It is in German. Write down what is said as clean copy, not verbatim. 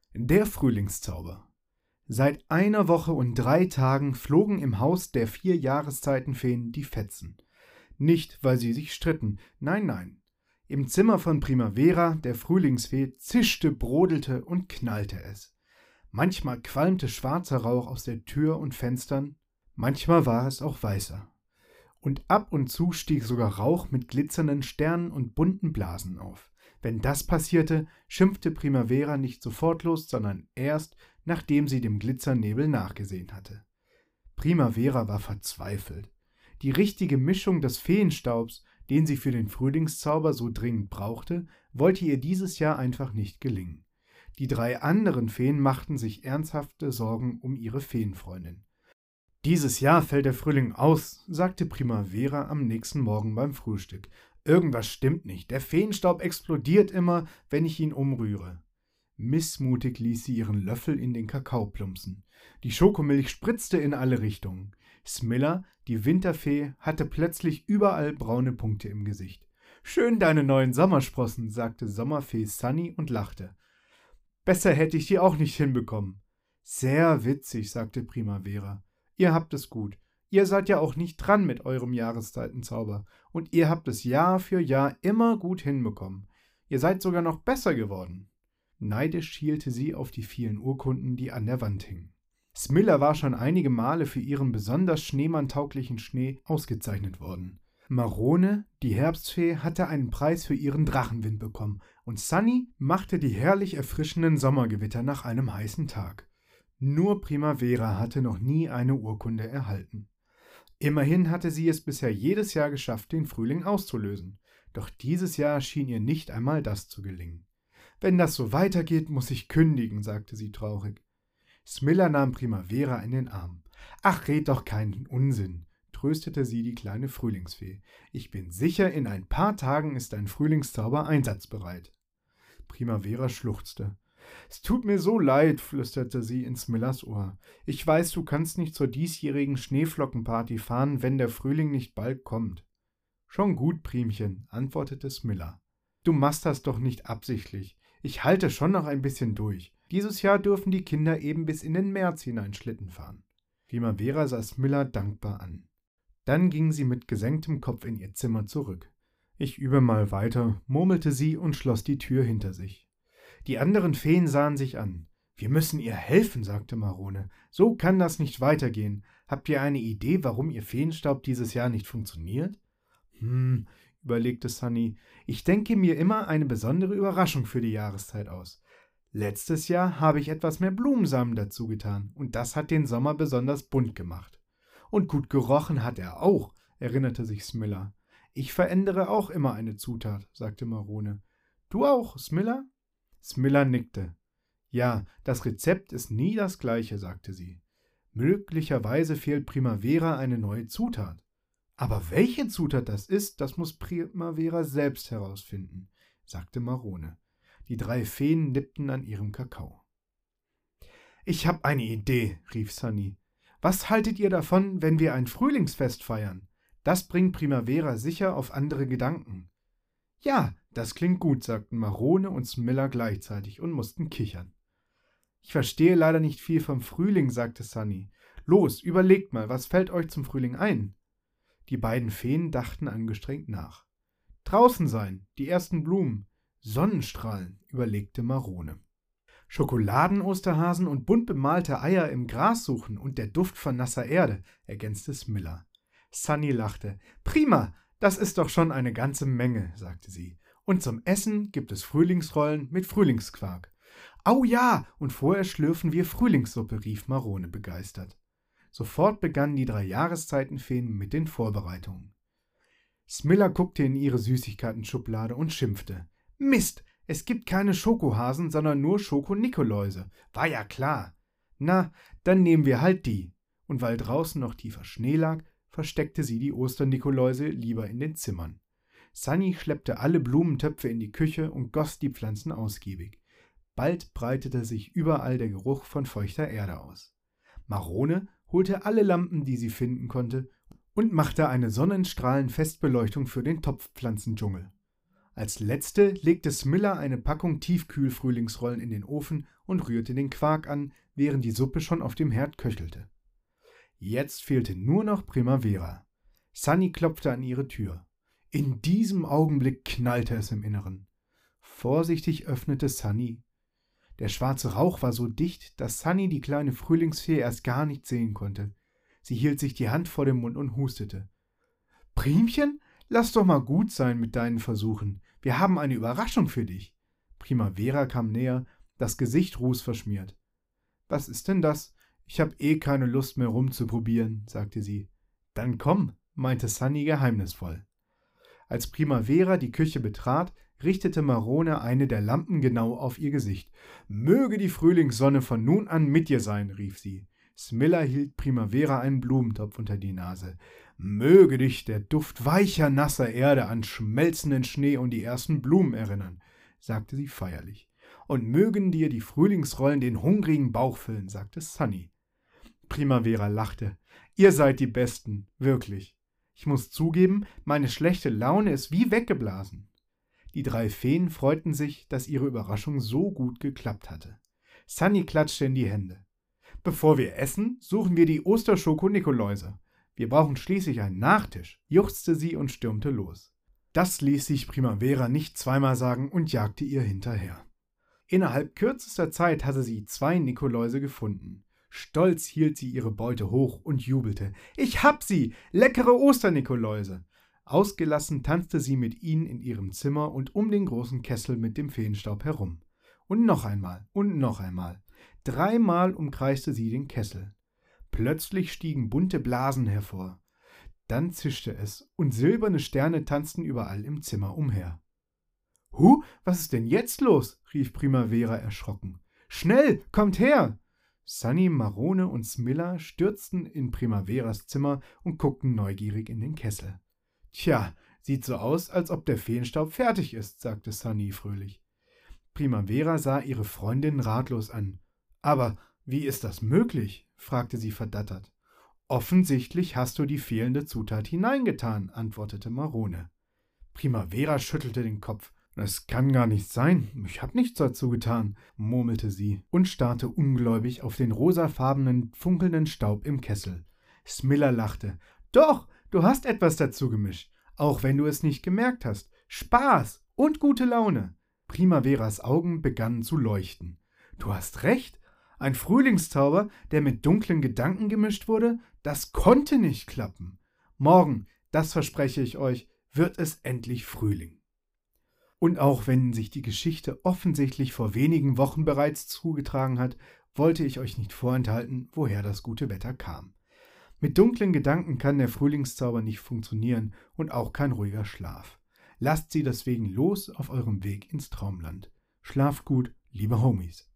Der Frühlingszauber. Seit einer Woche und 3 Tagen flogen im Haus der 4 Jahreszeitenfeen die Fetzen. Nicht, weil sie sich stritten, nein, nein. Im Zimmer von Primavera, der Frühlingsfee, zischte, brodelte und knallte es. Manchmal qualmte schwarzer Rauch aus der Tür und Fenstern, manchmal war es auch weißer. Und ab und zu stieg sogar Rauch mit glitzernden Sternen und bunten Blasen auf. Wenn das passierte, schimpfte Primavera nicht sofort los, sondern erst, nachdem sie dem Glitzernebel nachgesehen hatte. Primavera war verzweifelt. Die richtige Mischung des Feenstaubs, den sie für den Frühlingszauber so dringend brauchte, wollte ihr dieses Jahr einfach nicht gelingen. Die 3 anderen Feen machten sich ernsthafte Sorgen um ihre Feenfreundin. »Dieses Jahr fällt der Frühling aus«, sagte Primavera am nächsten Morgen beim Frühstück. »Irgendwas stimmt nicht. Der Feenstaub explodiert immer, wenn ich ihn umrühre.« Missmutig ließ sie ihren Löffel in den Kakao plumpsen. Die Schokomilch spritzte in alle Richtungen. Smilla, die Winterfee, hatte plötzlich überall braune Punkte im Gesicht. »Schön deine neuen Sommersprossen«, sagte Sommerfee Sunny und lachte. »Besser hätte ich die auch nicht hinbekommen.« »Sehr witzig«, sagte Primavera. »Ihr habt es gut. Ihr seid ja auch nicht dran mit eurem Jahreszeitenzauber. Und ihr habt es Jahr für Jahr immer gut hinbekommen. Ihr seid sogar noch besser geworden.« Neidisch schielte sie auf die vielen Urkunden, die an der Wand hingen. Smilla war schon einige Male für ihren besonders schneemanntauglichen Schnee ausgezeichnet worden. Marone, die Herbstfee, hatte einen Preis für ihren Drachenwind bekommen und Sunny machte die herrlich erfrischenden Sommergewitter nach einem heißen Tag. Nur Primavera hatte noch nie eine Urkunde erhalten. Immerhin hatte sie es bisher jedes Jahr geschafft, den Frühling auszulösen. Doch dieses Jahr schien ihr nicht einmal das zu gelingen. »Wenn das so weitergeht, muss ich kündigen«, sagte sie traurig. Smilla nahm Primavera in den Arm. »Ach, red doch keinen Unsinn«, tröstete sie die kleine Frühlingsfee. »Ich bin sicher, in ein paar Tagen ist dein Frühlingszauber einsatzbereit.« Primavera schluchzte. »Es tut mir so leid«, flüsterte sie in Smillas Ohr. »Ich weiß, du kannst nicht zur diesjährigen Schneeflockenparty fahren, wenn der Frühling nicht bald kommt.« »Schon gut, Primchen«, antwortete Smilla. »Du machst das doch nicht absichtlich. Ich halte schon noch ein bisschen durch. Dieses Jahr dürfen die Kinder eben bis in den März hinein Schlitten fahren.« Primavera sah Smilla dankbar an. Dann ging sie mit gesenktem Kopf in ihr Zimmer zurück. »Ich übe mal weiter«, murmelte sie und schloss die Tür hinter sich. Die anderen Feen sahen sich an. »Wir müssen ihr helfen«, sagte Marone. »So kann das nicht weitergehen. Habt ihr eine Idee, warum ihr Feenstaub dieses Jahr nicht funktioniert?« Überlegte Sunny. »Ich denke mir immer eine besondere Überraschung für die Jahreszeit aus. Letztes Jahr habe ich etwas mehr Blumensamen dazu getan und das hat den Sommer besonders bunt gemacht. Und gut gerochen hat er auch«, erinnerte sich Smilla. »Ich verändere auch immer eine Zutat«, sagte Marone. »Du auch, Smilla?« Smilla nickte. »Ja, das Rezept ist nie das gleiche«, sagte sie. »Möglicherweise fehlt Primavera eine neue Zutat. Aber welche Zutat das ist, das muss Primavera selbst herausfinden«, sagte Marone. Die 3 Feen nippten an ihrem Kakao. »Ich hab eine Idee«, rief Sunny. »Was haltet ihr davon, wenn wir ein Frühlingsfest feiern? Das bringt Primavera sicher auf andere Gedanken.« »Ja, das klingt gut«, sagten Marone und Smilla gleichzeitig und mussten kichern. »Ich verstehe leider nicht viel vom Frühling«, sagte Sunny. »Los, überlegt mal, was fällt euch zum Frühling ein?« Die beiden Feen dachten angestrengt nach. »Draußen sein, die ersten Blumen, Sonnenstrahlen«, überlegte Marone. »Schokoladen-Osterhasen und bunt bemalte Eier im Gras suchen und der Duft von nasser Erde«, ergänzte Smilla. Sunny lachte. »Prima, das ist doch schon eine ganze Menge«, sagte sie. »Und zum Essen gibt es Frühlingsrollen mit Frühlingsquark.« »Au ja, und vorher schlürfen wir Frühlingssuppe«, rief Marone begeistert. Sofort begannen die 3 Jahreszeitenfeen mit den Vorbereitungen. Smilla guckte in ihre Süßigkeiten-Schublade und schimpfte. »Mist, es gibt keine Schokohasen, sondern nur Schoko-Nikoläuse. War ja klar. Na, dann nehmen wir halt die.« Und weil draußen noch tiefer Schnee lag, versteckte sie die Osternikoläuse lieber in den Zimmern. Sunny schleppte alle Blumentöpfe in die Küche und goss die Pflanzen ausgiebig. Bald breitete sich überall der Geruch von feuchter Erde aus. Marone holte alle Lampen, die sie finden konnte, und machte eine Sonnenstrahlenfestbeleuchtung für den Topfpflanzendschungel. Als letzte legte Smilla eine Packung Tiefkühl-Frühlingsrollen in den Ofen und rührte den Quark an, während die Suppe schon auf dem Herd köchelte. Jetzt fehlte nur noch Primavera. Sunny klopfte an ihre Tür. In diesem Augenblick knallte es im Inneren. Vorsichtig öffnete Sunny. Der schwarze Rauch war so dicht, dass Sunny die kleine Frühlingsfee erst gar nicht sehen konnte. Sie hielt sich die Hand vor den Mund und hustete. »Primchen, lass doch mal gut sein mit deinen Versuchen. Wir haben eine Überraschung für dich.« Primavera kam näher, das Gesicht rußverschmiert. »Was ist denn das? Ich habe keine Lust mehr rumzuprobieren«, sagte sie. »Dann komm«, meinte Sunny geheimnisvoll. Als Primavera die Küche betrat, richtete Marone eine der Lampen genau auf ihr Gesicht. »Möge die Frühlingssonne von nun an mit dir sein«, rief sie. Smilla hielt Primavera einen Blumentopf unter die Nase. »Möge dich der Duft weicher, nasser Erde an schmelzenden Schnee und die ersten Blumen erinnern«, sagte sie feierlich. »Und mögen dir die Frühlingsrollen den hungrigen Bauch füllen«, sagte Sunny. Primavera lachte. »Ihr seid die Besten, wirklich. Ich muss zugeben, meine schlechte Laune ist wie weggeblasen.« Die 3 Feen freuten sich, dass ihre Überraschung so gut geklappt hatte. Sunny klatschte in die Hände. »Bevor wir essen, suchen wir die Osterschoko-Nikoläuse. Wir brauchen schließlich einen Nachtisch«, juchzte sie und stürmte los. Das ließ sich Primavera nicht zweimal sagen und jagte ihr hinterher. Innerhalb kürzester Zeit hatte sie 2 Nikoläuse gefunden. Stolz hielt sie ihre Beute hoch und jubelte. »Ich hab sie! Leckere Osternikoläuse!« Ausgelassen tanzte sie mit ihnen in ihrem Zimmer und um den großen Kessel mit dem Feenstaub herum. Und noch einmal und noch einmal. 3-mal umkreiste sie den Kessel. Plötzlich stiegen bunte Blasen hervor. Dann zischte es, und silberne Sterne tanzten überall im Zimmer umher. Was ist denn jetzt los?« rief Primavera erschrocken. »Schnell, kommt her!« Sunny, Marone und Smilla stürzten in Primaveras Zimmer und guckten neugierig in den Kessel. »Tja, sieht so aus, als ob der Feenstaub fertig ist«, sagte Sunny fröhlich. Primavera sah ihre Freundin ratlos an. »Aber wie ist das möglich?«, fragte sie verdattert. »Offensichtlich hast du die fehlende Zutat hineingetan«, antwortete Marone. Primavera schüttelte den Kopf. »Das kann gar nicht sein. Ich habe nichts dazu getan«, murmelte sie und starrte ungläubig auf den rosafarbenen, funkelnden Staub im Kessel. Smilla lachte. »Doch, du hast etwas dazu gemischt, auch wenn du es nicht gemerkt hast. Spaß und gute Laune.« Primaveras Augen begannen zu leuchten. »Du hast recht. Ein Frühlingszauber, der mit dunklen Gedanken gemischt wurde, das konnte nicht klappen. Morgen, das verspreche ich euch, wird es endlich Frühling.« Und auch wenn sich die Geschichte offensichtlich vor wenigen Wochen bereits zugetragen hat, wollte ich euch nicht vorenthalten, woher das gute Wetter kam. Mit dunklen Gedanken kann der Frühlingszauber nicht funktionieren und auch kein ruhiger Schlaf. Lasst sie deswegen los auf eurem Weg ins Traumland. Schlaft gut, liebe Homies.